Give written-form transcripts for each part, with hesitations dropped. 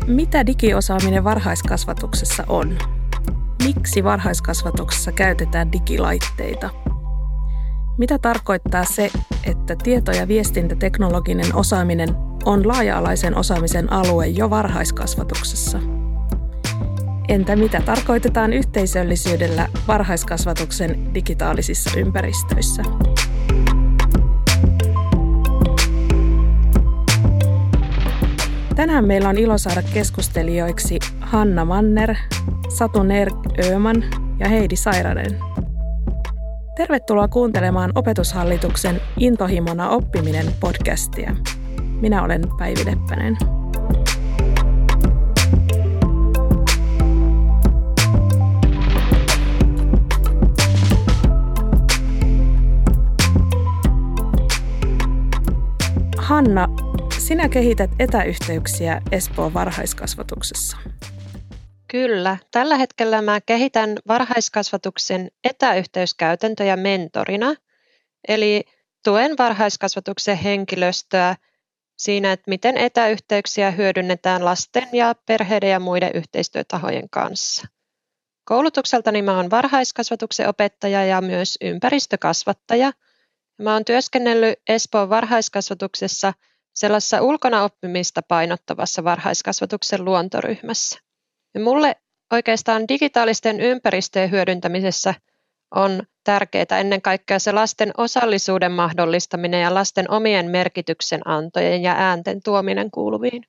Mitä digiosaaminen varhaiskasvatuksessa on? Miksi varhaiskasvatuksessa käytetään digilaitteita? Mitä tarkoittaa se, että tieto- ja viestintäteknologinen osaaminen on laaja-alaisen osaamisen alue jo varhaiskasvatuksessa? Entä mitä tarkoitetaan yhteisöllisyydellä varhaiskasvatuksen digitaalisissa ympäristöissä? Tänään meillä on ilo saada keskustelijoiksi Hanna Manner, Satu Nerg-Öhman ja Heidi Sairanen. Tervetuloa kuuntelemaan Opetushallituksen Intohimona oppiminen -podcastia. Minä olen Päivi Leppänen. Hanna, sinä kehität etäyhteyksiä Espoon varhaiskasvatuksessa. Kyllä. Tällä hetkellä mä kehitän varhaiskasvatuksen etäyhteyskäytäntöjä mentorina. Eli tuen varhaiskasvatuksen henkilöstöä siinä, että miten etäyhteyksiä hyödynnetään lasten ja perheiden ja muiden yhteistyötahojen kanssa. Koulutukseltani mä oon varhaiskasvatuksen opettaja ja myös ympäristökasvattaja. Mä oon työskennellyt Espoon varhaiskasvatuksessa sellaisessa ulkona oppimista painottavassa varhaiskasvatuksen luontoryhmässä. Ja mulle oikeastaan digitaalisten ympäristöjen hyödyntämisessä on tärkeää ennen kaikkea se lasten osallisuuden mahdollistaminen ja lasten omien merkityksen antojen ja äänten tuominen kuuluviin.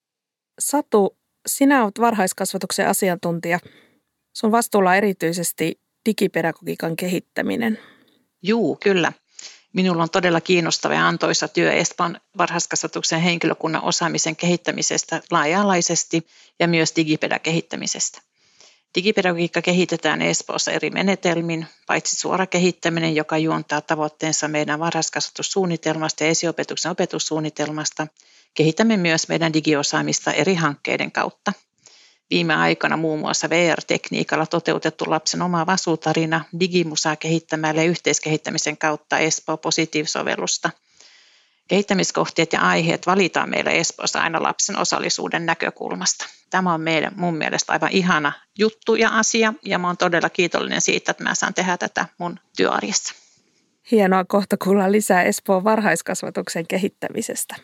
Satu, sinä olet varhaiskasvatuksen asiantuntija. Sun vastuulla on erityisesti digipedagogiikan kehittäminen. Juu, kyllä. Minulla on todella kiinnostava ja antoisa työ Espoon varhaiskasvatuksen henkilökunnan osaamisen kehittämisestä laaja-alaisesti ja myös digipedakehittämisestä. Digipedagogiikka kehitetään Espoossa eri menetelmin, paitsi suora kehittäminen, joka juontaa tavoitteensa meidän varhaiskasvatussuunnitelmasta ja esiopetuksen opetussuunnitelmasta, kehitämme myös meidän digiosaamista eri hankkeiden kautta. Viime aikana muun muassa VR-tekniikalla toteutettu lapsen oma vasutarina digimusaa kehittämällä ja yhteiskehittämisen kautta Espoo Positive-sovellusta. Kehittämiskohteet ja aiheet valitaan meillä Espoossa aina lapsen osallisuuden näkökulmasta. Tämä on mun mielestä aivan ihana juttu ja asia, ja mä oon todella kiitollinen siitä, että mä saan tehdä tätä mun työarjessa. Hienoa, kohta kuulla lisää Espoon varhaiskasvatuksen kehittämisestä.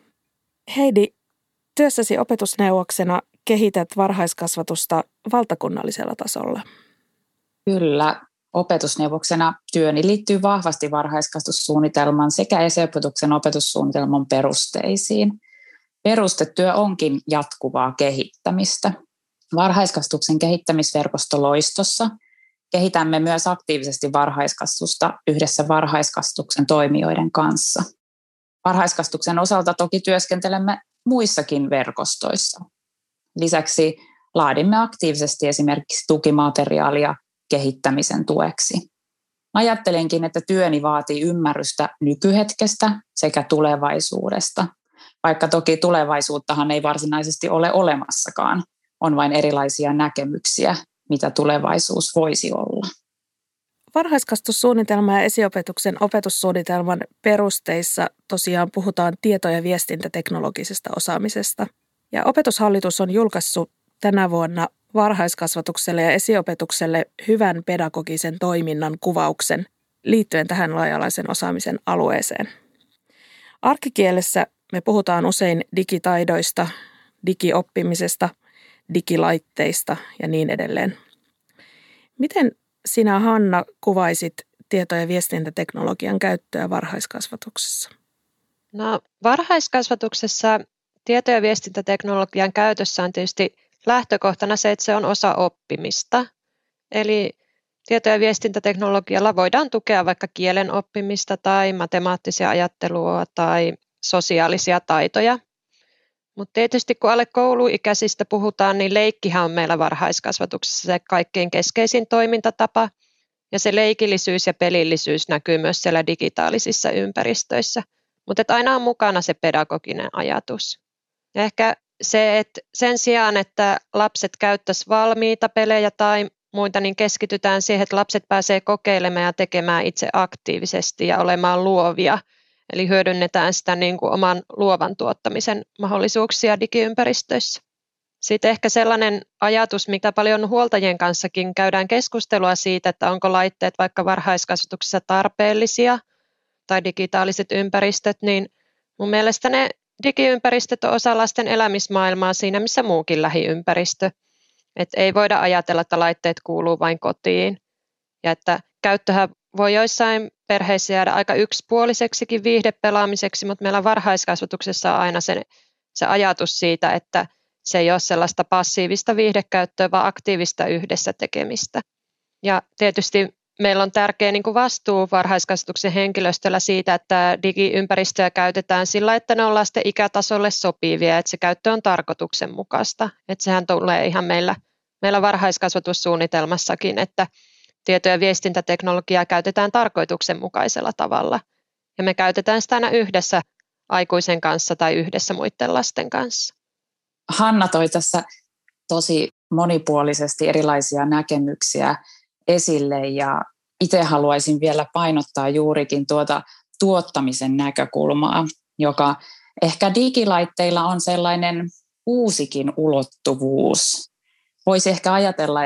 Heidi, työssäsi opetusneuvoksena kehität varhaiskasvatusta valtakunnallisella tasolla. Kyllä. Opetusneuvoksena työni liittyy vahvasti varhaiskasvatussuunnitelman sekä esiopetuksen opetussuunnitelman perusteisiin. Perustetyö onkin jatkuvaa kehittämistä. Varhaiskasvatuksen kehittämisverkosto Loistossa kehitämme myös aktiivisesti varhaiskasvatusta yhdessä varhaiskasvatuksen toimijoiden kanssa. Varhaiskasvatuksen osalta toki työskentelemme muissakin verkostoissa. Lisäksi laadimme aktiivisesti esimerkiksi tukimateriaalia kehittämisen tueksi. Ajattelenkin, että työni vaatii ymmärrystä nykyhetkestä sekä tulevaisuudesta, vaikka toki tulevaisuuttahan ei varsinaisesti ole olemassakaan, on vain erilaisia näkemyksiä, mitä tulevaisuus voisi olla. Varhaiskasvatussuunnitelma ja esiopetuksen opetussuunnitelman perusteissa tosiaan puhutaan tieto- ja viestintäteknologisesta osaamisesta. Ja Opetushallitus on julkaissut tänä vuonna varhaiskasvatukselle ja esiopetukselle hyvän pedagogisen toiminnan kuvauksen liittyen tähän laaja-alaisen osaamisen alueeseen. Arkikielessä me puhutaan usein digitaidoista, digioppimisesta, digilaitteista ja niin edelleen. Miten sinä, Hanna, kuvaisit tieto- ja viestintäteknologian käyttöä varhaiskasvatuksessa? No, varhaiskasvatuksessa tieto- ja viestintäteknologian käytössä on tietysti lähtökohtana se, että se on osa oppimista. Eli tieto- ja viestintäteknologialla voidaan tukea vaikka kielen oppimista tai matemaattisia ajattelua tai sosiaalisia taitoja. Mutta tietysti kun alle kouluikäisistä puhutaan, niin leikkihän on meillä varhaiskasvatuksessa se kaikkein keskeisin toimintatapa. Ja se leikillisyys ja pelillisyys näkyy myös siellä digitaalisissa ympäristöissä. Mutta aina on mukana se pedagoginen ajatus. Ja ehkä se, että sen sijaan, että lapset käyttäisivät valmiita pelejä tai muita, niin keskitytään siihen, että lapset pääsee kokeilemaan ja tekemään itse aktiivisesti ja olemaan luovia. Eli hyödynnetään sitä niin kuin oman luovan tuottamisen mahdollisuuksia digiympäristöissä. Sitten ehkä sellainen ajatus, mitä paljon huoltajien kanssakin käydään keskustelua siitä, että onko laitteet vaikka varhaiskasvatuksessa tarpeellisia tai digitaaliset ympäristöt, niin mun mielestä ne digiympäristöt on osa lasten elämismaailmaa siinä, missä muukin lähiympäristö. Et ei voida ajatella, että laitteet kuuluu vain kotiin ja että käyttöhän voi joissain perheissä jäädä aika yksipuoliseksikin viihdepelaamiseksi, mutta meillä varhaiskasvatuksessa on aina se ajatus siitä, että se ei ole sellaista passiivista viihdekäyttöä, vaan aktiivista yhdessä tekemistä. Ja tietysti meillä on tärkeä vastuu varhaiskasvatuksen henkilöstöllä siitä, että digiympäristöä käytetään sillä, että ne on lasten ikätasolle sopivia, että se käyttö on tarkoituksenmukaista. Että sehän tulee ihan meillä varhaiskasvatussuunnitelmassakin, että tieto- ja viestintäteknologiaa käytetään tarkoituksenmukaisella tavalla. Ja me käytetään sitä aina yhdessä aikuisen kanssa tai yhdessä muiden lasten kanssa. Hanna toi tässä tosi monipuolisesti erilaisia näkemyksiä esille ja itse haluaisin vielä painottaa juurikin tuota tuottamisen näkökulmaa, joka ehkä digilaitteilla on sellainen uusikin ulottuvuus. Voisi ehkä ajatella,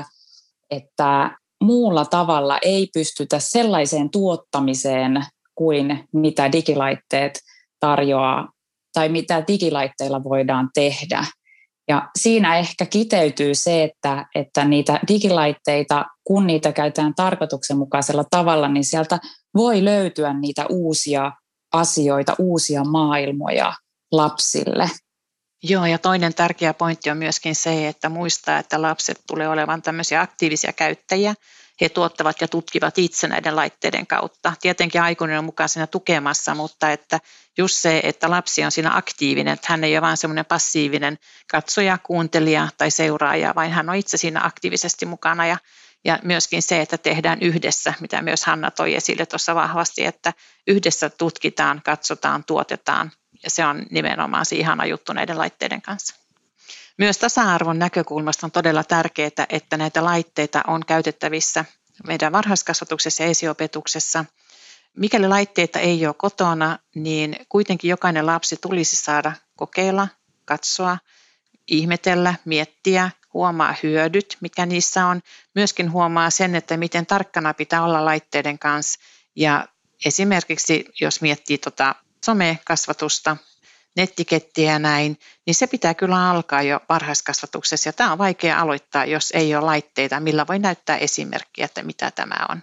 että muulla tavalla ei pystytä sellaiseen tuottamiseen kuin mitä digilaitteet tarjoaa tai mitä digilaitteilla voidaan tehdä. Ja siinä ehkä kiteytyy se, että niitä digilaitteita, kun niitä käytetään tarkoituksenmukaisella tavalla, niin sieltä voi löytyä niitä uusia asioita, uusia maailmoja lapsille. Joo, ja toinen tärkeä pointti on myöskin se, että muistaa, että lapset tulee olevan tämmöisiä aktiivisia käyttäjiä. He tuottavat ja tutkivat itse näiden laitteiden kautta. Tietenkin aikuinen on mukaan siinä tukemassa, mutta että just se, että lapsi on siinä aktiivinen, että hän ei ole vain semmoinen passiivinen katsoja, kuuntelija tai seuraaja, vaan hän on itse siinä aktiivisesti mukana. Ja myöskin se, että tehdään yhdessä, mitä myös Hanna toi esille tuossa vahvasti, että yhdessä tutkitaan, katsotaan, tuotetaan. Ja se on nimenomaan se ihana juttu näiden laitteiden kanssa. Myös tasa-arvon näkökulmasta on todella tärkeää, että näitä laitteita on käytettävissä meidän varhaiskasvatuksessa ja esiopetuksessa. Mikäli laitteita ei ole kotona, niin kuitenkin jokainen lapsi tulisi saada kokeilla, katsoa, ihmetellä, miettiä, huomaa hyödyt, mitkä niissä on. Myöskin huomaa sen, että miten tarkkana pitää olla laitteiden kanssa. Ja esimerkiksi jos miettii somekasvatusta, nettikettiä ja näin, niin se pitää kyllä alkaa jo varhaiskasvatuksessa. Ja tämä on vaikea aloittaa, jos ei ole laitteita, millä voi näyttää esimerkkiä, että mitä tämä on.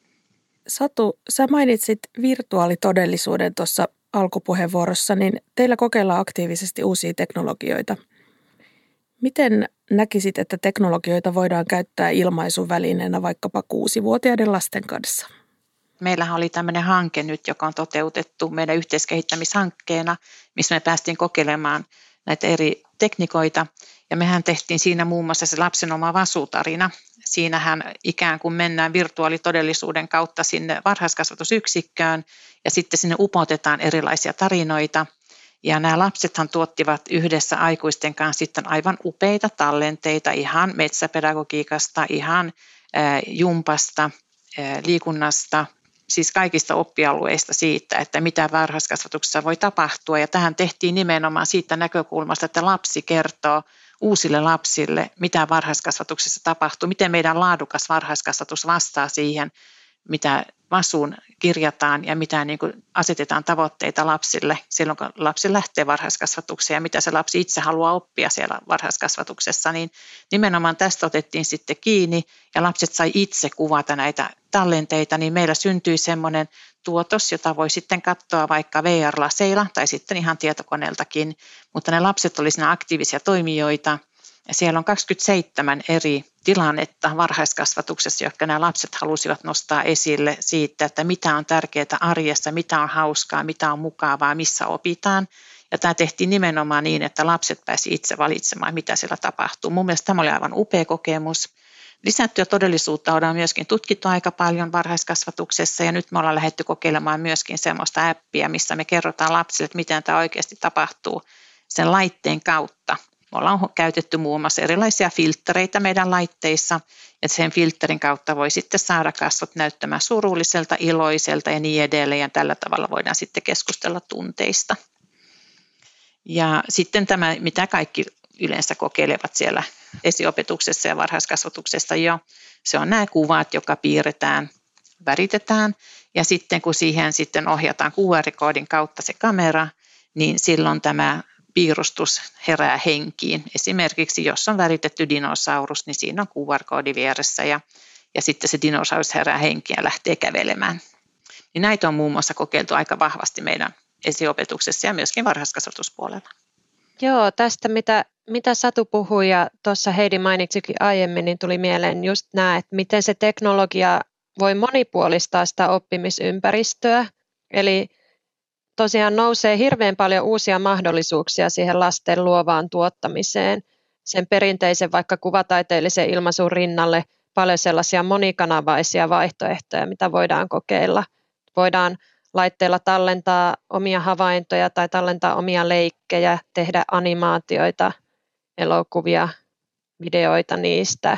Satu, sä mainitsit virtuaalitodellisuuden tuossa alkupuheenvuorossa, niin teillä kokeillaan aktiivisesti uusia teknologioita. Miten näkisit, että teknologioita voidaan käyttää ilmaisuvälineenä vaikkapa 6-vuotiaiden lasten kanssa? Meillähän oli tämmöinen hanke nyt, joka on toteutettu meidän yhteiskehittämishankkeena, missä me päästiin kokeilemaan näitä eri tekniikoita. Ja mehän tehtiin siinä muun muassa se lapsen oma vasutarina. Siinähän ikään kuin mennään virtuaalitodellisuuden kautta sinne varhaiskasvatusyksikköön ja sitten sinne upotetaan erilaisia tarinoita. Ja nämä lapsethan tuottivat yhdessä aikuisten kanssa sitten aivan upeita tallenteita ihan metsäpedagogiikasta, ihan jumpasta, liikunnasta, siis kaikista oppialueista siitä, että mitä varhaiskasvatuksessa voi tapahtua. Ja tähän tehtiin nimenomaan siitä näkökulmasta, että lapsi kertoo uusille lapsille, mitä varhaiskasvatuksessa tapahtuu, miten meidän laadukas varhaiskasvatus vastaa siihen, mitä vasuun kirjataan ja mitä niin kuin asetetaan tavoitteita lapsille silloin, kun lapsi lähtee varhaiskasvatukseen ja mitä se lapsi itse haluaa oppia siellä varhaiskasvatuksessa, niin nimenomaan tästä otettiin sitten kiinni ja lapset sai itse kuvata näitä tallenteita, niin meillä syntyi semmoinen tuotos, jota voi sitten katsoa vaikka VR-laseilla tai sitten ihan tietokoneeltakin, mutta ne lapset oli siinä aktiivisia toimijoita. Ja siellä on 27 eri tilannetta varhaiskasvatuksessa, jotka nämä lapset halusivat nostaa esille siitä, että mitä on tärkeää arjessa, mitä on hauskaa, mitä on mukavaa, missä opitaan. Ja tämä tehtiin nimenomaan niin, että lapset pääsivät itse valitsemaan, mitä siellä tapahtuu. Mun mielestä tämä oli aivan upea kokemus. Lisättyä todellisuutta ollaan myöskin tutkittu aika paljon varhaiskasvatuksessa ja nyt me ollaan lähdetty kokeilemaan myöskin semmoista appia, missä me kerrotaan lapsille, että miten tämä oikeasti tapahtuu sen laitteen kautta. Me ollaan käytetty muun muassa erilaisia filtreitä meidän laitteissa, että sen filterin kautta voi sitten saada kasvot näyttämään surulliselta, iloiselta ja niin edelleen. Ja tällä tavalla voidaan sitten keskustella tunteista. Ja sitten tämä, mitä kaikki yleensä kokeilevat siellä esiopetuksessa ja varhaiskasvatuksessa jo. Se on nämä kuvat, jotka piirretään, väritetään ja sitten kun siihen sitten ohjataan QR-koodin kautta se kamera, niin silloin tämä piirustus herää henkiin. Esimerkiksi jos on väritetty dinosaurus, niin siinä on QR-koodi vieressä ja sitten se dinosaurus herää henkiin ja lähtee kävelemään. Niin näitä on muun muassa kokeiltu aika vahvasti meidän esiopetuksessa ja myöskin varhaiskasvatuspuolella. Joo, tästä mitä Satu puhui ja tuossa Heidi mainitsikin aiemmin, niin tuli mieleen just nämä, että miten se teknologia voi monipuolistaa sitä oppimisympäristöä. Eli tosiaan nousee hirveän paljon uusia mahdollisuuksia siihen lasten luovaan tuottamiseen. Sen perinteisen vaikka kuvataiteellisen ilmaisun rinnalle paljon sellaisia monikanavaisia vaihtoehtoja, mitä voidaan kokeilla. Voidaan laitteella tallentaa omia havaintoja tai tallentaa omia leikkejä, tehdä animaatioita, elokuvia, videoita niistä.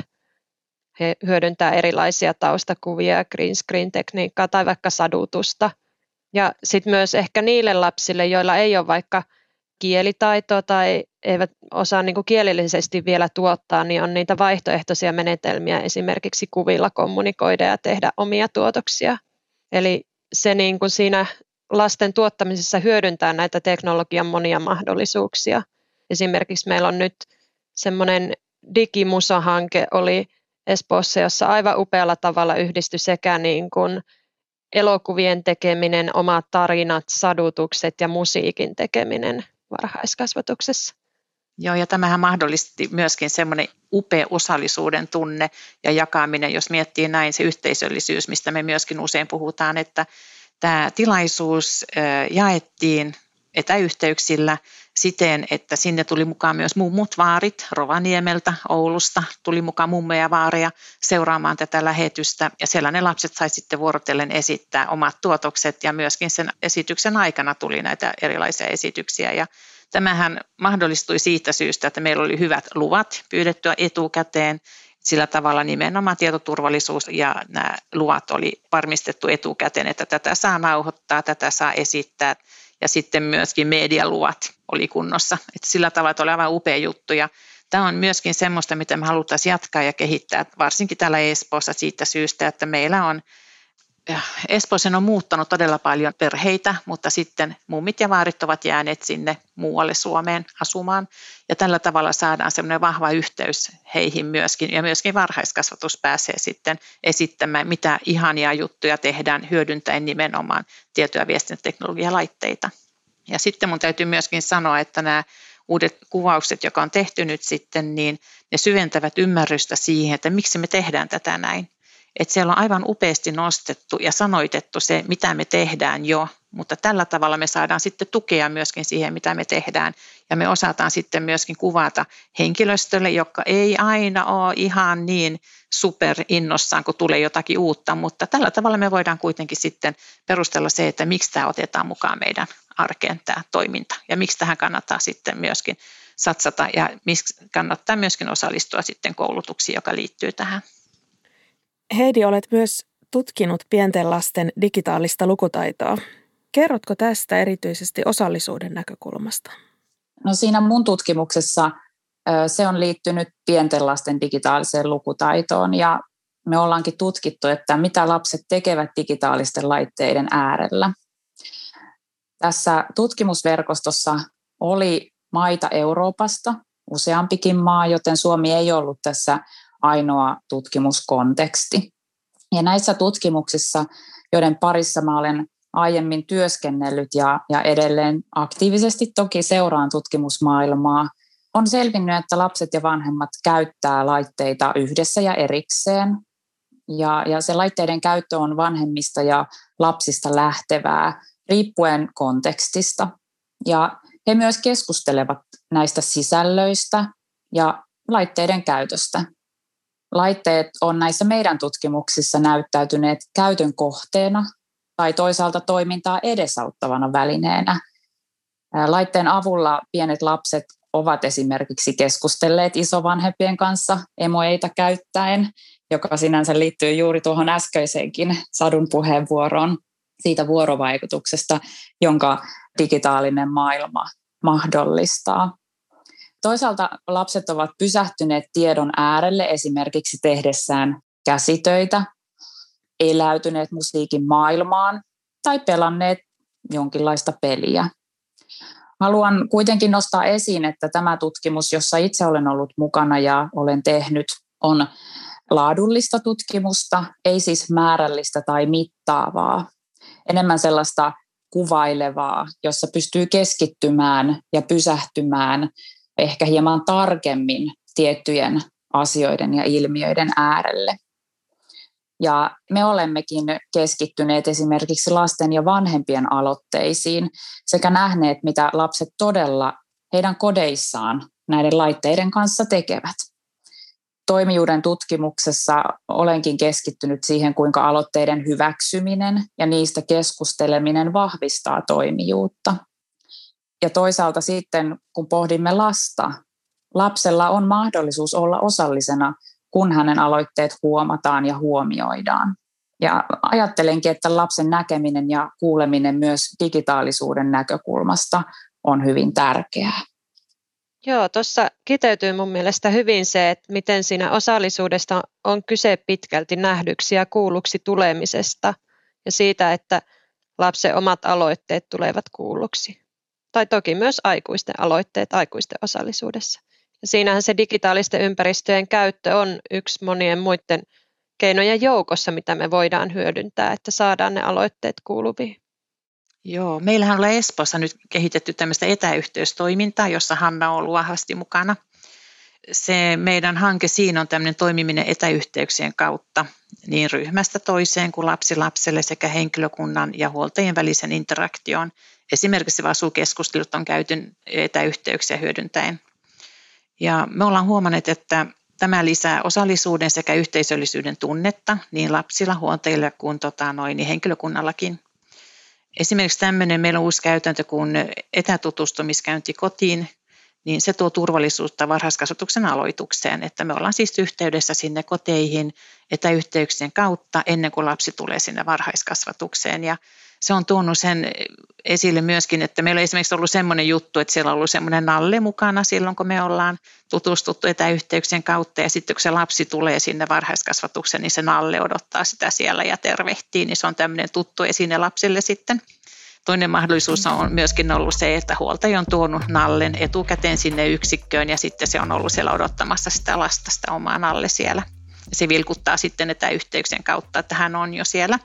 He hyödyntää erilaisia taustakuvia, green screen-tekniikkaa tai vaikka sadutusta. Ja sitten myös ehkä niille lapsille, joilla ei ole vaikka kielitaitoa tai eivät osaa niin kuin kielellisesti vielä tuottaa, niin on niitä vaihtoehtoisia menetelmiä esimerkiksi kuvilla kommunikoida ja tehdä omia tuotoksia. Eli se niin kuin siinä lasten tuottamisessa hyödyntää näitä teknologian monia mahdollisuuksia. Esimerkiksi meillä on nyt semmoinen digimusa-hanke oli Espoossa, jossa aivan upealla tavalla yhdistyi sekä niin kuin elokuvien tekeminen, omat tarinat, sadutukset ja musiikin tekeminen varhaiskasvatuksessa. Joo, ja tämähän mahdollisti myöskin semmoinen upea osallisuuden tunne ja jakaminen, jos miettii näin se yhteisöllisyys, mistä me myöskin usein puhutaan, että tämä tilaisuus jaettiin etäyhteyksillä siten, että sinne tuli mukaan myös mummut vaarit Rovaniemeltä, Oulusta, tuli mukaan mummeja ja vaareja seuraamaan tätä lähetystä ja siellä ne lapset sai sitten vuorotellen esittää omat tuotokset ja myöskin sen esityksen aikana tuli näitä erilaisia esityksiä ja tämähän mahdollistui siitä syystä, että meillä oli hyvät luvat pyydettyä etukäteen. Sillä tavalla nimenomaan tietoturvallisuus ja nämä luvat oli varmistettu etukäteen, että tätä saa nauhoittaa, tätä saa esittää ja sitten myöskin medialuvat oli kunnossa. Että sillä tavalla oli aivan upea juttu ja tämä on myöskin semmoista, mitä me haluttaisiin jatkaa ja kehittää, varsinkin täällä Espoossa siitä syystä, että meillä on Espoossa on muuttanut todella paljon perheitä, mutta sitten mummit ja vaarit ovat jääneet sinne muualle Suomeen asumaan. Ja tällä tavalla saadaan semmoinen vahva yhteys heihin myöskin. Ja myöskin varhaiskasvatus pääsee sitten esittämään, mitä ihania juttuja tehdään hyödyntäen nimenomaan tieto- ja viestintäteknologialaitteita. Ja sitten mun täytyy myöskin sanoa, että nämä uudet kuvaukset, jotka on tehty nyt sitten, niin ne syventävät ymmärrystä siihen, että miksi me tehdään tätä näin. Että siellä on aivan upeasti nostettu ja sanoitettu se, mitä me tehdään jo, mutta tällä tavalla me saadaan sitten tukea myöskin siihen, mitä me tehdään. Ja me osataan sitten myöskin kuvata henkilöstölle, joka ei aina ole ihan niin superinnossaan, kun tulee jotakin uutta, mutta tällä tavalla me voidaan kuitenkin sitten perustella se, että miksi tämä otetaan mukaan meidän arkeen tämä toiminta ja miksi tähän kannattaa sitten myöskin satsata ja miksi kannattaa myöskin osallistua sitten koulutuksiin, joka liittyy tähän. Heidi, olet myös tutkinut pienten lasten digitaalista lukutaitoa. Kerrotko tästä erityisesti osallisuuden näkökulmasta? No siinä mun tutkimuksessa se on liittynyt pienten lasten digitaaliseen lukutaitoon ja me ollaankin tutkittu, että mitä lapset tekevät digitaalisten laitteiden äärellä. Tässä tutkimusverkostossa oli maita Euroopasta, useampikin maa, joten Suomi ei ollut tässä ainoa tutkimuskonteksti. Ja näissä tutkimuksissa, joiden parissa mä olen aiemmin työskennellyt ja edelleen aktiivisesti toki seuraan tutkimusmaailmaa, on selvinnyt, että lapset ja vanhemmat käyttää laitteita yhdessä ja erikseen. Ja se laitteiden käyttö on vanhemmista ja lapsista lähtevää riippuen kontekstista. Ja he myös keskustelevat näistä sisällöistä ja laitteiden käytöstä. Laitteet on näissä meidän tutkimuksissa näyttäytyneet käytön kohteena tai toisaalta toimintaa edesauttavana välineenä. Laitteen avulla pienet lapset ovat esimerkiksi keskustelleet isovanhempien kanssa emoeita käyttäen, joka sinänsä liittyy juuri tuohon äskeiseenkin Sadun puheenvuoroon siitä vuorovaikutuksesta, jonka digitaalinen maailma mahdollistaa. Toisaalta lapset ovat pysähtyneet tiedon äärelle esimerkiksi tehdessään käsitöitä, eläytyneet musiikin maailmaan tai pelanneet jonkinlaista peliä. Haluan kuitenkin nostaa esiin, että tämä tutkimus, jossa itse olen ollut mukana ja olen tehnyt, on laadullista tutkimusta, ei siis määrällistä tai mittaavaa. Enemmän sellaista kuvailevaa, jossa pystyy keskittymään ja pysähtymään ehkä hieman tarkemmin tiettyjen asioiden ja ilmiöiden äärelle. Ja me olemmekin keskittyneet esimerkiksi lasten ja vanhempien aloitteisiin sekä nähneet, mitä lapset todella heidän kodeissaan näiden laitteiden kanssa tekevät. Toimijuuden tutkimuksessa olenkin keskittynyt siihen, kuinka aloitteiden hyväksyminen ja niistä keskusteleminen vahvistaa toimijuutta. Ja toisaalta sitten, kun pohdimme lasta, lapsella on mahdollisuus olla osallisena, kun hänen aloitteet huomataan ja huomioidaan. Ja ajattelenkin, että lapsen näkeminen ja kuuleminen myös digitaalisuuden näkökulmasta on hyvin tärkeää. Joo, tuossa kiteytyy mun mielestä hyvin se, että miten siinä osallisuudesta on kyse pitkälti nähdyksi ja kuulluksi tulemisesta ja siitä, että lapsen omat aloitteet tulevat kuulluksi. Tai toki myös aikuisten aloitteet aikuisten osallisuudessa. Ja siinähän se digitaalisten ympäristöjen käyttö on yksi monien muiden keinojen joukossa, mitä me voidaan hyödyntää, että saadaan ne aloitteet kuuluviin. Joo, meillähän on Espoossa nyt kehitetty tämmöistä etäyhteystoimintaa, jossa Hanna on ollut vahvasti mukana. Se meidän hanke siinä on tämmöinen toimiminen etäyhteyksien kautta niin ryhmästä toiseen kuin lapsi lapselle sekä henkilökunnan ja huoltajien välisen interaktion. Esimerkiksi vasukeskustelut on käyty etäyhteyksiä hyödyntäen. Ja me ollaan huomanneet, että tämä lisää osallisuuden sekä yhteisöllisyyden tunnetta niin lapsilla, huoltajilla kuin niin henkilökunnallakin. Esimerkiksi tämmöinen meillä on uusi käytäntö kuin etätutustumiskäynti kotiin, niin se tuo turvallisuutta varhaiskasvatuksen aloitukseen, että me ollaan siis yhteydessä sinne koteihin etäyhteyksien kautta ennen kuin lapsi tulee sinne varhaiskasvatukseen. Ja se on tuonut sen esille myöskin, että meillä on esimerkiksi ollut semmoinen juttu, että siellä on ollut semmoinen nalle mukana silloin, kun me ollaan tutustuttu etäyhteyksien kautta. Ja sitten kun se lapsi tulee sinne varhaiskasvatukseen, niin se nalle odottaa sitä siellä ja tervehtii, niin se on tämmöinen tuttu esine lapsille sitten. Toinen mahdollisuus on myöskin ollut se, että huoltaja on tuonut nallen etukäteen sinne yksikköön ja sitten se on ollut siellä odottamassa sitä lasta, sitä omaa nalle siellä. Ja se vilkuttaa sitten etäyhteyksien kautta, että hän on jo siellä.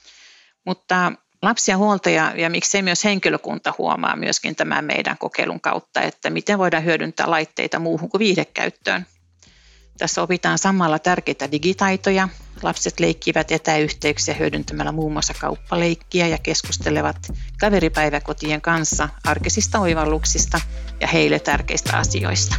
Mutta lapsi ja huoltaja ja miksei myös henkilökunta huomaa myöskin tämän meidän kokeilun kautta, että miten voidaan hyödyntää laitteita muuhun kuin viihdekäyttöön. Tässä opitaan samalla tärkeitä digitaitoja. Lapset leikkivät etäyhteyksiä hyödyntämällä muun muassa kauppaleikkiä ja keskustelevat kaveripäiväkotien kanssa arkisista oivalluksista ja heille tärkeistä asioista.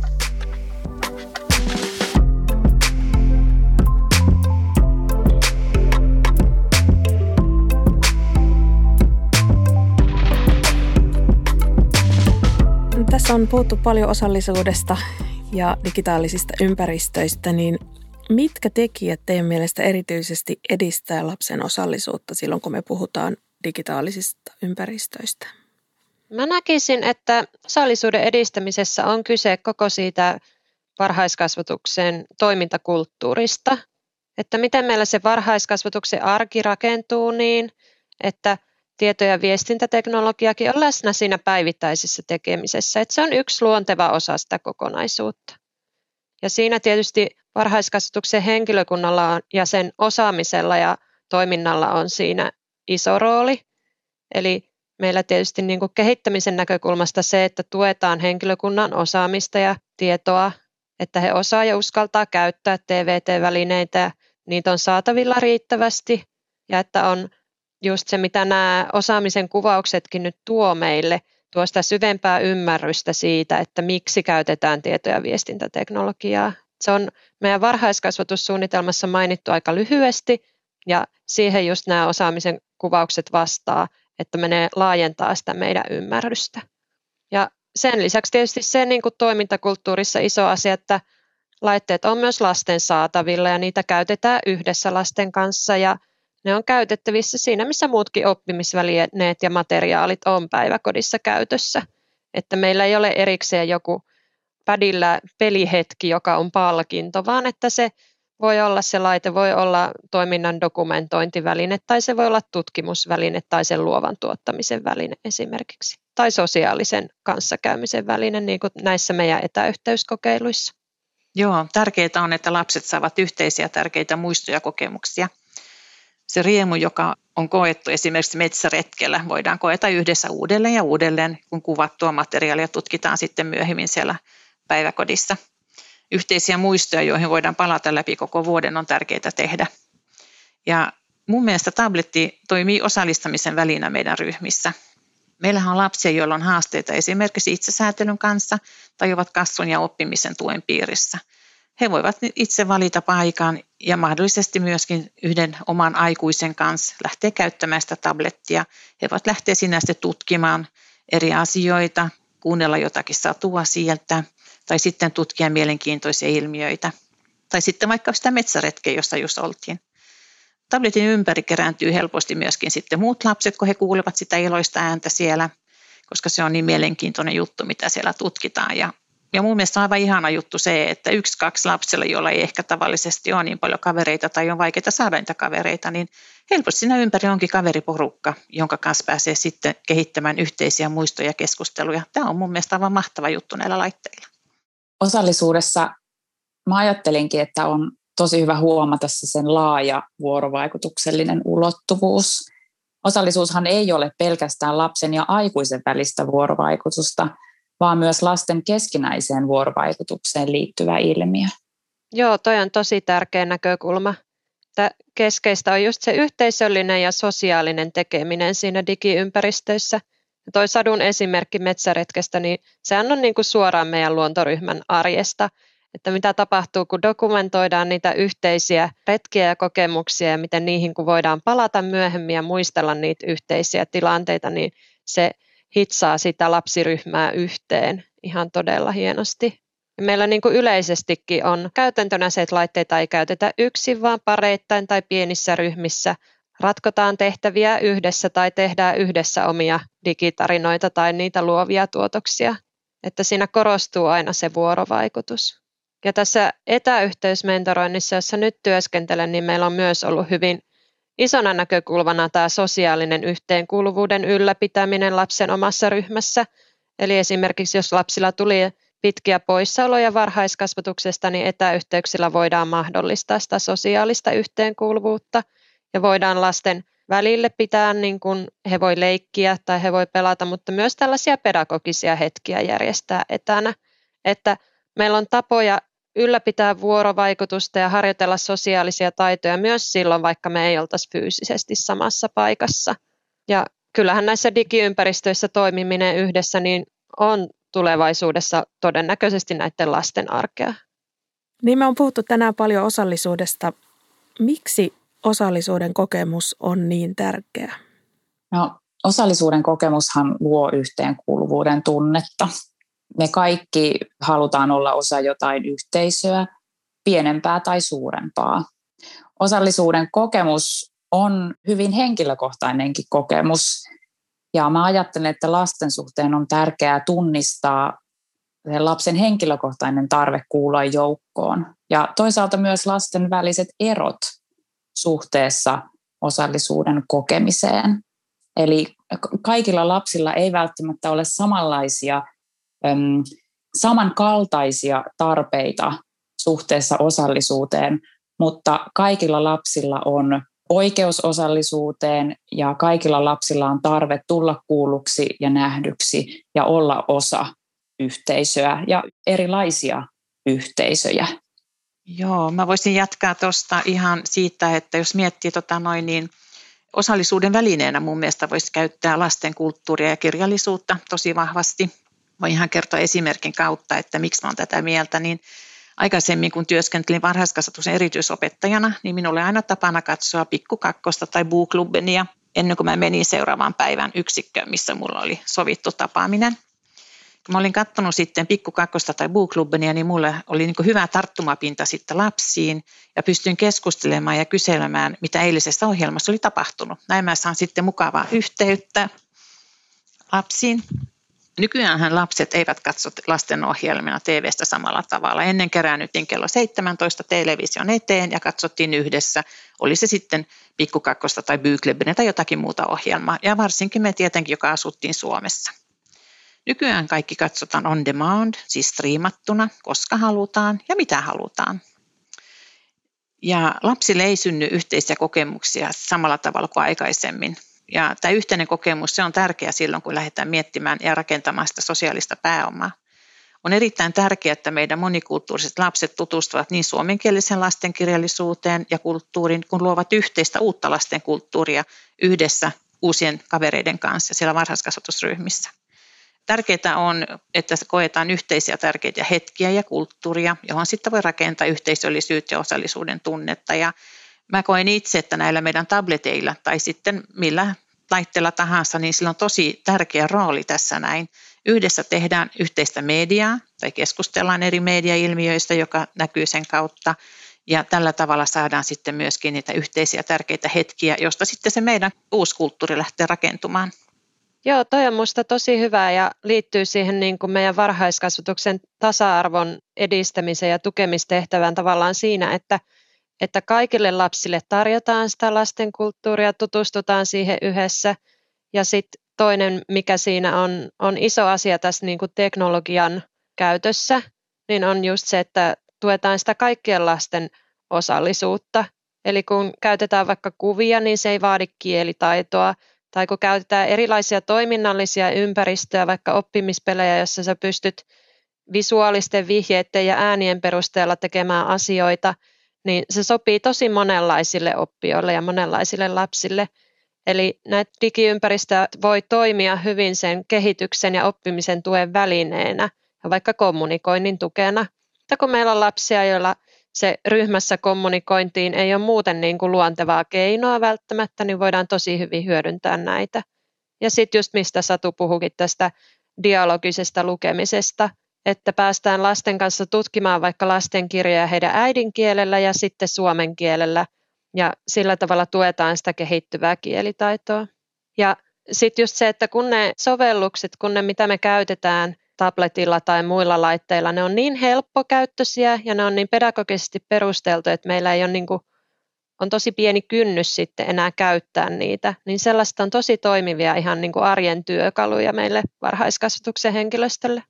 Tässä on puhuttu paljon osallisuudesta ja digitaalisista ympäristöistä, niin mitkä tekijät teidän mielestä erityisesti edistää lapsen osallisuutta silloin, kun me puhutaan digitaalisista ympäristöistä? Mä näkisin, että osallisuuden edistämisessä on kyse koko siitä varhaiskasvatuksen toimintakulttuurista, että miten meillä se varhaiskasvatuksen arki rakentuu niin, että tieto- ja viestintäteknologiakin on läsnä siinä päivittäisessä tekemisessä, että se on yksi luonteva osa sitä kokonaisuutta. Ja siinä tietysti varhaiskasvatuksen henkilökunnalla ja sen osaamisella ja toiminnalla on siinä iso rooli. Eli meillä tietysti niin kuin kehittämisen näkökulmasta se, että tuetaan henkilökunnan osaamista ja tietoa, että he osaa ja uskaltaa käyttää TVT-välineitä ja niitä on saatavilla riittävästi ja että on just se, mitä nämä osaamisen kuvauksetkin nyt tuo meille, tuo sitä syvempää ymmärrystä siitä, että miksi käytetään tieto- ja viestintäteknologiaa. Se on meidän varhaiskasvatussuunnitelmassa mainittu aika lyhyesti ja siihen just nämä osaamisen kuvaukset vastaa, että ne laajentaa sitä meidän ymmärrystä. Ja sen lisäksi tietysti se niin kuin toimintakulttuurissa iso asia, että laitteet on myös lasten saatavilla ja niitä käytetään yhdessä lasten kanssa ja ne on käytettävissä siinä, missä muutkin oppimisvälineet ja materiaalit on päiväkodissa käytössä. Että meillä ei ole erikseen joku pädillä pelihetki, joka on palkinto, vaan että se voi olla se laite, voi olla toiminnan dokumentointiväline tai se voi olla tutkimusväline tai sen luovan tuottamisen väline esimerkiksi. Tai sosiaalisen kanssakäymisen väline, niin kuin näissä meidän etäyhteyskokeiluissa. Joo, tärkeää on, että lapset saavat yhteisiä tärkeitä muistoja ja kokemuksia. Se riemu, joka on koettu esimerkiksi metsäretkellä, voidaan koeta yhdessä uudelleen ja uudelleen, kun kuvattua materiaalia tutkitaan sitten myöhemmin siellä päiväkodissa. Yhteisiä muistoja, joihin voidaan palata läpi koko vuoden, on tärkeää tehdä. Ja mun mielestä tabletti toimii osallistamisen välinä meidän ryhmissä. Meillähän on lapsia, joilla on haasteita esimerkiksi itsesäätelyn kanssa tai ovat kasvun ja oppimisen tuen piirissä. He voivat itse valita paikan ja mahdollisesti myöskin yhden oman aikuisen kanssa lähteä käyttämään sitä tablettia. He voivat lähteä sinä sitten tutkimaan eri asioita, kuunnella jotakin satua sieltä tai sitten tutkia mielenkiintoisia ilmiöitä. Tai sitten vaikka sitä metsäretkeä, jossa just oltiin. Tabletin ympäri kerääntyy helposti myöskin sitten muut lapset, kun he kuulevat sitä iloista ääntä siellä, koska se on niin mielenkiintoinen juttu, mitä siellä tutkitaan. Ja mun mielestä on aivan ihana juttu se, että 1-2 lapsella, joilla ei ehkä tavallisesti ole niin paljon kavereita tai on vaikeaa saada niitä kavereita, niin helposti siinä ympäri onkin kaveriporukka, jonka kanssa pääsee sitten kehittämään yhteisiä muistoja ja keskusteluja. Tämä on mun mielestä aivan mahtava juttu näillä laitteilla. Osallisuudessa mä ajattelinkin, että on tosi hyvä huomata sen laaja vuorovaikutuksellinen ulottuvuus. Osallisuushan ei ole pelkästään lapsen ja aikuisen välistä vuorovaikutusta, vaan myös lasten keskinäiseen vuorovaikutukseen liittyvä ilmiö. Joo, toi on tosi tärkeä näkökulma. Keskeistä on just se yhteisöllinen ja sosiaalinen tekeminen siinä digiympäristöissä. Ja toi Sadun esimerkki metsäretkestä, niin sehän on niin kuin suoraan meidän luontoryhmän arjesta, että mitä tapahtuu, kun dokumentoidaan niitä yhteisiä retkiä ja kokemuksia ja miten niihin kun voidaan palata myöhemmin ja muistella niitä yhteisiä tilanteita, niin se hitsaa sitä lapsiryhmää yhteen ihan todella hienosti. Ja meillä niin kuin yleisestikin on käytäntönä se, että laitteita ei käytetä yksin, vaan pareittain tai pienissä ryhmissä. Ratkotaan tehtäviä yhdessä tai tehdään yhdessä omia digitarinoita tai niitä luovia tuotoksia. Että siinä korostuu aina se vuorovaikutus. Ja tässä etäyhteysmentoroinnissa, jossa nyt työskentelen, niin meillä on myös ollut hyvin isona näkökulmana tämä sosiaalinen yhteenkuuluvuuden ylläpitäminen lapsen omassa ryhmässä. Eli esimerkiksi jos lapsilla tuli pitkiä poissaoloja varhaiskasvatuksesta, niin etäyhteyksillä voidaan mahdollistaa sitä sosiaalista yhteenkuuluvuutta ja voidaan lasten välille pitää, niin kuin he voi leikkiä tai he voi pelata, mutta myös tällaisia pedagogisia hetkiä järjestää etänä, että meillä on tapoja ylläpitää vuorovaikutusta ja harjoitella sosiaalisia taitoja myös silloin, vaikka me ei oltaisi fyysisesti samassa paikassa. Ja kyllähän näissä digiympäristöissä toimiminen yhdessä niin on tulevaisuudessa todennäköisesti näiden lasten arkea. Niin me on puhuttu tänään paljon osallisuudesta. Miksi osallisuuden kokemus on niin tärkeä? No, osallisuuden kokemushan luo yhteenkuuluvuuden tunnetta. Me kaikki halutaan olla osa jotain yhteisöä, pienempää tai suurempaa. Osallisuuden kokemus on hyvin henkilökohtainenkin kokemus. Ja mä ajattelen, että lasten suhteen on tärkeää tunnistaa lapsen henkilökohtainen tarve kuulua joukkoon. Ja toisaalta myös lasten väliset erot suhteessa osallisuuden kokemiseen. Eli kaikilla lapsilla ei välttämättä ole samankaltaisia tarpeita suhteessa osallisuuteen, mutta kaikilla lapsilla on oikeus osallisuuteen ja kaikilla lapsilla on tarve tulla kuulluksi ja nähdyksi ja olla osa yhteisöä ja erilaisia yhteisöjä. Joo, mä voisin jatkaa tuosta ihan siitä, että jos miettii niin osallisuuden välineenä mun mielestä voisi käyttää lasten kulttuuria ja kirjallisuutta tosi vahvasti. Voin ihan kertoa esimerkin kautta, että miksi mä oon tätä mieltä, niin aikaisemmin kun työskentelin varhaiskasvatuksen erityisopettajana, niin minulla oli aina tapana katsoa Pikku Kakkosta tai Booklubbenia ennen kuin mä menin seuraavaan päivän yksikköön, missä mulla oli sovittu tapaaminen. Kun mä olin katsonut sitten Pikku Kakkosta tai Booklubbenia, niin mulla oli niin kuin hyvä tarttumapinta sitten lapsiin ja pystyin keskustelemaan ja kyselemään, mitä eilisessä ohjelmassa oli tapahtunut. Näin mä saan sitten mukavaa yhteyttä lapsiin. Nykyäänhän lapset eivät katso lastenohjelmina TV:stä samalla tavalla. Ennen keräännyttiin kello 17 television eteen ja katsottiin yhdessä. Oli se sitten Pikku Kakkosta tai Byyklöbbiä tai jotakin muuta ohjelmaa. Ja varsinkin me tietenkin, joka asuttiin Suomessa. Nykyään kaikki katsotaan on demand, siis striimattuna, koska halutaan ja mitä halutaan. Ja lapsille ei synny yhteisiä kokemuksia samalla tavalla kuin aikaisemmin. Ja tämä yhteinen kokemus, se on tärkeä silloin, kun lähdetään miettimään ja rakentamaan sitä sosiaalista pääomaa. On erittäin tärkeää, että meidän monikulttuuriset lapset tutustuvat niin suomenkielisen lastenkirjallisuuteen ja kulttuuriin, kun luovat yhteistä uutta lastenkulttuuria yhdessä uusien kavereiden kanssa siellä varhaiskasvatusryhmissä. Tärkeää on, että koetaan yhteisiä tärkeitä hetkiä ja kulttuuria, johon sitten voi rakentaa yhteisöllisyyttä ja osallisuuden tunnetta. Ja mä koen itse, että näillä meidän tableteilla tai sitten millä laitteella tahansa, niin sillä on tosi tärkeä rooli tässä näin. Yhdessä tehdään yhteistä mediaa tai keskustellaan eri mediailmiöistä, joka näkyy sen kautta. Ja tällä tavalla saadaan sitten myöskin niitä yhteisiä tärkeitä hetkiä, josta sitten se meidän uusi kulttuuri lähtee rakentumaan. Joo, toi on musta tosi hyvä ja liittyy siihen niin kuin meidän varhaiskasvatuksen tasa-arvon edistämiseen ja tukemistehtävään tavallaan siinä, että kaikille lapsille tarjotaan sitä lastenkulttuuria, tutustutaan siihen yhdessä. Ja sitten toinen, mikä siinä on iso asia tässä niin kuin teknologian käytössä, niin on just se, että tuetaan sitä kaikkien lasten osallisuutta. Eli kun käytetään vaikka kuvia, niin se ei vaadi kielitaitoa. Tai kun käytetään erilaisia toiminnallisia ympäristöjä, vaikka oppimispelejä, jossa sä pystyt visuaalisten vihjeiden ja äänien perusteella tekemään asioita, niin se sopii tosi monenlaisille oppijoille ja monenlaisille lapsille. Eli näitä digiympäristöjä voi toimia hyvin sen kehityksen ja oppimisen tuen välineenä ja vaikka kommunikoinnin tukena. Mutta kun meillä on lapsia, joilla se ryhmässä kommunikointiin ei ole muuten niin kuin luontevaa keinoa välttämättä, niin voidaan tosi hyvin hyödyntää näitä. Ja sitten just mistä Satu puhuikin tästä dialogisesta lukemisesta, että päästään lasten kanssa tutkimaan vaikka lastenkirjoja heidän äidinkielellä ja sitten suomen kielellä, ja sillä tavalla tuetaan sitä kehittyvää kielitaitoa. Ja sitten just se, että kun ne sovellukset, kun ne mitä me käytetään tabletilla tai muilla laitteilla, ne on niin helppokäyttöisiä ja ne on niin pedagogisesti perusteltu, että meillä ei ole on tosi pieni kynnys sitten enää käyttää niitä, niin sellaista on tosi toimivia ihan niin kuin arjen työkaluja meille varhaiskasvatuksen henkilöstölle.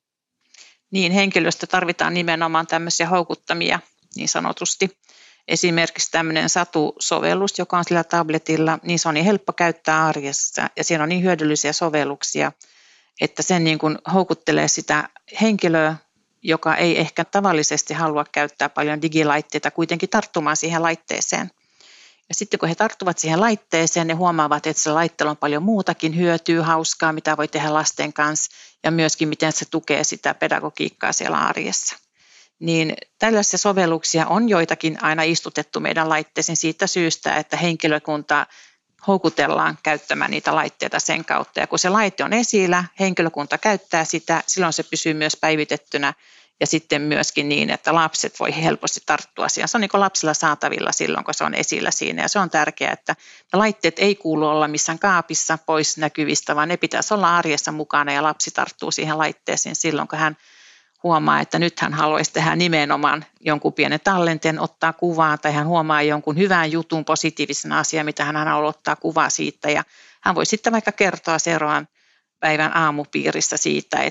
Niin, henkilöstö tarvitaan nimenomaan tämmöisiä houkuttamia niin sanotusti. Esimerkiksi tämmöinen Satu-sovellus, joka on sillä tabletilla, niin se on niin helppo käyttää arjessa ja siinä on niin hyödyllisiä sovelluksia, että sen niin kuin houkuttelee sitä henkilöä, joka ei ehkä tavallisesti halua käyttää paljon digilaitteita, kuitenkin tarttumaan siihen laitteeseen. Ja sitten kun he tarttuvat siihen laitteeseen, ne huomaavat, että se laitteella on paljon muutakin hyötyä, hauskaa, mitä voi tehdä lasten kanssa ja myöskin miten se tukee sitä pedagogiikkaa siellä arjessa. Niin tällaisia sovelluksia on joitakin aina istutettu meidän laitteisiin siitä syystä, että henkilökunta houkutellaan käyttämään niitä laitteita sen kautta. Ja kun se laite on esillä, henkilökunta käyttää sitä, silloin se pysyy myös päivitettynä ja sitten myöskin niin, että lapset voi helposti tarttua siihen. Se on niin kuin lapsilla saatavilla silloin, kun se on esillä siinä ja se on tärkeää, että laitteet ei kuulu olla missään kaapissa pois näkyvistä, vaan ne pitäisi olla arjessa mukana ja lapsi tarttuu siihen laitteeseen silloin, kun hän huomaa, että nyt hän haluaisi tehdä nimenomaan jonkun pienen tallenteen, ottaa kuvaa tai hän huomaa jonkun hyvän jutun, positiivisen asian, mitä hän haluaa ottaa kuvaa siitä ja hän voi sitten vaikka kertoa seuraavan päivän aamupiirissä siitä,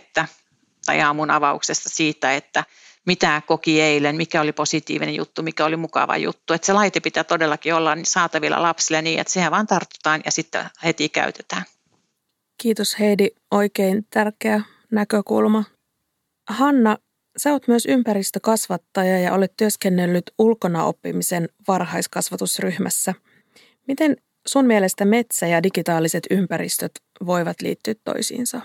tai aamun avauksesta siitä, että mitä koki eilen, mikä oli positiivinen juttu, mikä oli mukava juttu. Että se laite pitää todellakin olla saatavilla lapsille niin, että siihen vaan tartutaan ja sitten heti käytetään. Kiitos Heidi, oikein tärkeä näkökulma. Hanna, sä oot myös ympäristökasvattaja ja olet työskennellyt ulkona oppimisen varhaiskasvatusryhmässä. Miten sun mielestä metsä ja digitaaliset ympäristöt voivat liittyä toisiinsa?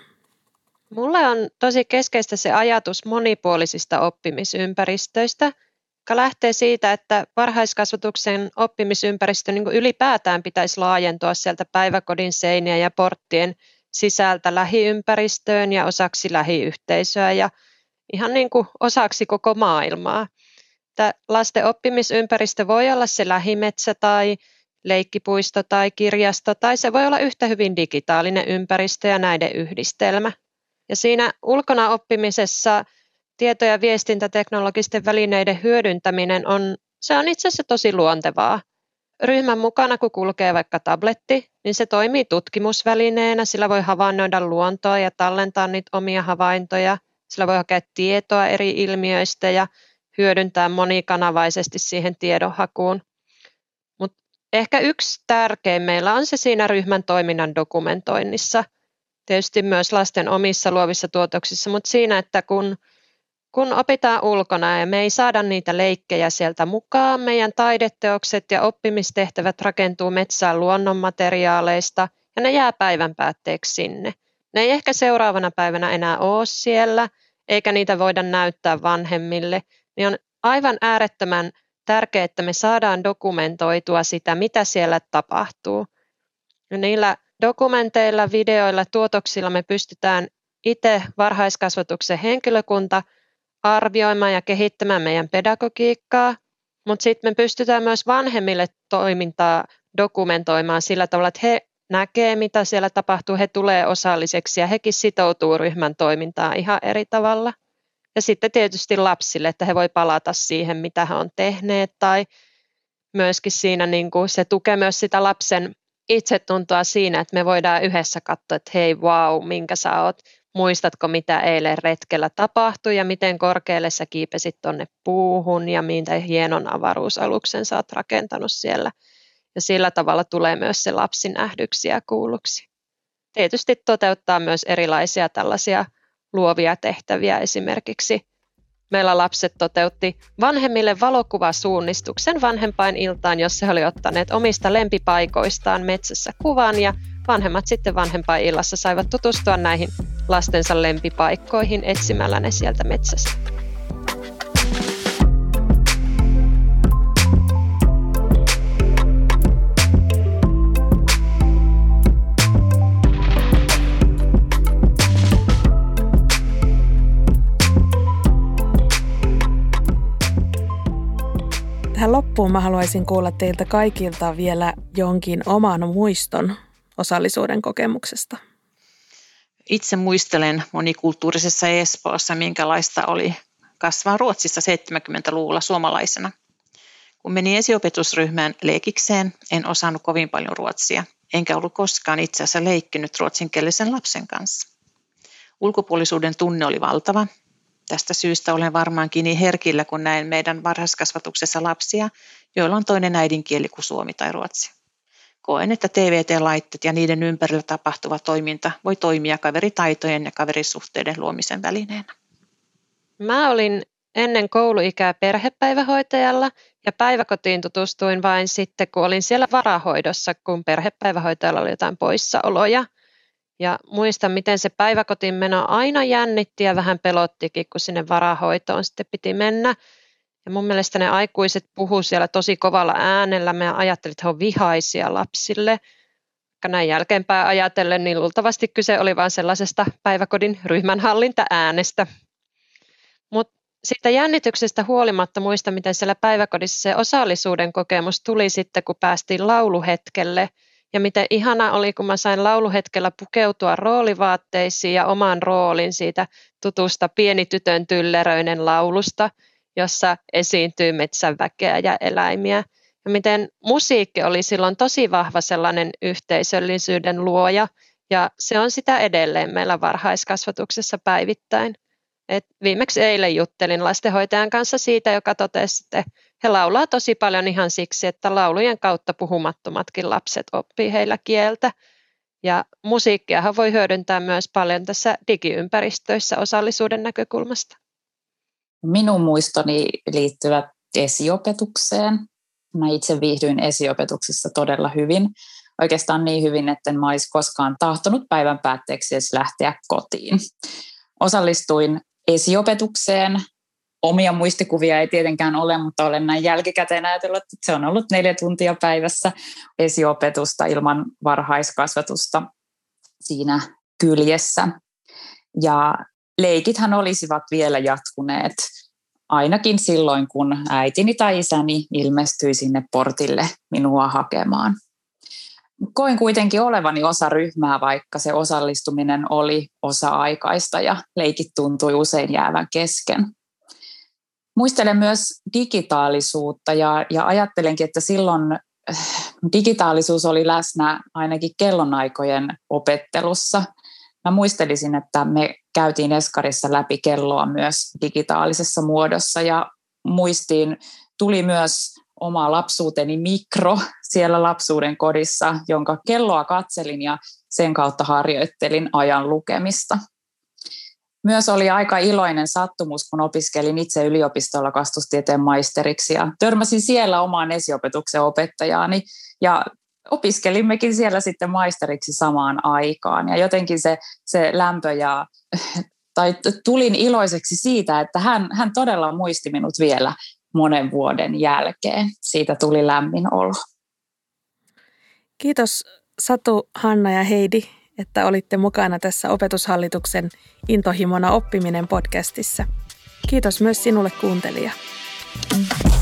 Mulle on tosi keskeistä se ajatus monipuolisista oppimisympäristöistä, joka lähtee siitä, että varhaiskasvatuksen oppimisympäristö niin kuin ylipäätään pitäisi laajentua sieltä päiväkodin seinien ja porttien sisältä lähiympäristöön ja osaksi lähiyhteisöä ja ihan niin kuin osaksi koko maailmaa. Että lasten oppimisympäristö voi olla se lähimetsä tai leikkipuisto tai kirjasto tai se voi olla yhtä hyvin digitaalinen ympäristö ja näiden yhdistelmä. Ja siinä ulkona oppimisessa tieto- ja viestintäteknologisten välineiden hyödyntäminen on itse asiassa tosi luontevaa. Ryhmän mukana, kun kulkee vaikka tabletti, niin se toimii tutkimusvälineenä. Sillä voi havainnoida luontoa ja tallentaa niitä omia havaintoja. Sillä voi hakea tietoa eri ilmiöistä ja hyödyntää monikanavaisesti siihen tiedonhakuun. Mutta ehkä yksi tärkein meillä on se siinä ryhmän toiminnan dokumentoinnissa. Tietysti myös lasten omissa luovissa tuotoksissa, mutta siinä, että kun opitaan ulkona ja me ei saada niitä leikkejä sieltä mukaan, meidän taideteokset ja oppimistehtävät rakentuu metsään luonnonmateriaaleista ja ne jää päivän päätteeksi sinne. Ne ei ehkä seuraavana päivänä enää ole siellä, eikä niitä voida näyttää vanhemmille, niin on aivan äärettömän tärkeää, että me saadaan dokumentoitua sitä, mitä siellä tapahtuu. Ja niillä dokumenteilla, videoilla, tuotoksilla me pystytään itse varhaiskasvatuksen henkilökunta arvioimaan ja kehittämään meidän pedagogiikkaa, mutta sitten me pystytään myös vanhemmille toimintaa dokumentoimaan sillä tavalla, että he näkee, mitä siellä tapahtuu, he tulee osalliseksi ja hekin sitoutuu ryhmän toimintaan ihan eri tavalla. Ja sitten tietysti lapsille, että he voi palata siihen, mitä he on tehneet, tai myöskin siinä niin kuin se tukee myös sitä lapsen itsetuntoa siinä, että me voidaan yhdessä katsoa, että hei, vau, minkä sä oot, muistatko mitä eilen retkellä tapahtui ja miten korkealle sä kiipesit tonne puuhun ja mitä hienon avaruusaluksen sä oot rakentanut siellä. Ja sillä tavalla tulee myös se lapsi nähdyksi ja kuulluksi. Tietysti toteuttaa myös erilaisia tällaisia luovia tehtäviä. Esimerkiksi meillä lapset toteutti vanhemmille valokuvasuunnistuksen vanhempainiltaan, jossa he olivat ottaneet omista lempipaikoistaan metsässä kuvan ja vanhemmat sitten vanhempainillassa saivat tutustua näihin lastensa lempipaikkoihin etsimällä ne sieltä metsästä. Tähän loppuun mä haluaisin kuulla teiltä kaikilta vielä jonkin oman muiston osallisuuden kokemuksesta. Itse muistelen monikulttuurisessa Espoossa, minkälaista oli kasvaa Ruotsissa 70-luvulla suomalaisena. Kun menin esiopetusryhmään leikikseen, en osannut kovin paljon ruotsia, enkä ollut koskaan itse asiassa leikkinyt ruotsinkielisen lapsen kanssa. Ulkopuolisuuden tunne oli valtava. Tästä syystä olen varmaankin niin herkillä, kun näen meidän varhaiskasvatuksessa lapsia, joilla on toinen äidinkieli kuin suomi tai ruotsi. Koen, että TVT-laitteet ja niiden ympärillä tapahtuva toiminta voi toimia kaveritaitojen ja kaverisuhteiden luomisen välineenä. Mä olin ennen kouluikää perhepäivähoitajalla ja päiväkotiin tutustuin vain sitten, kun olin siellä varahoidossa, kun perhepäivähoitajalla oli jotain poissaoloja. Ja muistan, miten se päiväkotiin meno aina jännitti ja vähän pelottikin, kun sinne varahoitoon sitten piti mennä. Ja mun mielestä ne aikuiset puhuu siellä tosi kovalla äänellä. Mä ajattelin, että he on vihaisia lapsille. Näin jälkeenpäin ajatellen, niin luultavasti kyse oli vain sellaisesta päiväkodin ryhmänhallinta-äänestä. Mutta siitä jännityksestä huolimatta muistan, miten siellä päiväkodissa se osallisuuden kokemus tuli sitten, kun päästiin lauluhetkelle. Ja miten ihana oli, kun mä sain lauluhetkellä pukeutua roolivaatteisiin ja oman roolin siitä tutusta pieni tytön tylleröinen laulusta, jossa esiintyy metsänväkeä ja eläimiä. Ja miten musiikki oli silloin tosi vahva sellainen yhteisöllisyyden luoja, ja se on sitä edelleen meillä varhaiskasvatuksessa päivittäin. Viimeksi eilen juttelin lastenhoitajan kanssa siitä, joka totesi, että he laulaa tosi paljon ihan siksi, että laulujen kautta puhumattomatkin lapset oppii heillä kieltä. Ja musiikkiahan voi hyödyntää myös paljon tässä digiympäristöissä osallisuuden näkökulmasta. Minun muistoni liittyvät esiopetukseen. Mä itse viihdyin esiopetuksessa todella hyvin. Oikeastaan niin hyvin, että en olisi koskaan tahtonut päivän päätteeksi edes lähteä kotiin. Osallistuin esiopetukseen. Omia muistikuvia ei tietenkään ole, mutta olen näin jälkikäteen ajatellut, että se on ollut 4 tuntia päivässä esiopetusta ilman varhaiskasvatusta siinä kyljessä. Ja leikithän olisivat vielä jatkuneet ainakin silloin, kun äitini tai isäni ilmestyi sinne portille minua hakemaan. koin kuitenkin olevani osa ryhmää, vaikka se osallistuminen oli osa-aikaista ja leikit tuntui usein jäävän kesken. Muistelen myös digitaalisuutta ja ajattelenkin, että silloin digitaalisuus oli läsnä ainakin kellonaikojen opettelussa. Mä muistelisin, että me käytiin eskarissa läpi kelloa myös digitaalisessa muodossa ja muistiin tuli myös oma lapsuuteni mikro siellä lapsuuden kodissa, jonka kelloa katselin ja sen kautta harjoittelin ajan lukemista. Myös oli aika iloinen sattumus, kun opiskelin itse yliopistolla kasvustieteen maisteriksi ja törmäsin siellä omaan esiopetuksen opettajaani ja opiskelimmekin siellä sitten maisteriksi samaan aikaan. Ja jotenkin se lämpö tai tulin iloiseksi siitä, että hän todella muisti minut vielä monen vuoden jälkeen. Siitä tuli lämmin olo. Kiitos Satu, Hanna ja Heidi, että olitte mukana tässä Opetushallituksen Intohimona oppiminen podcastissa. Kiitos myös sinulle kuuntelija.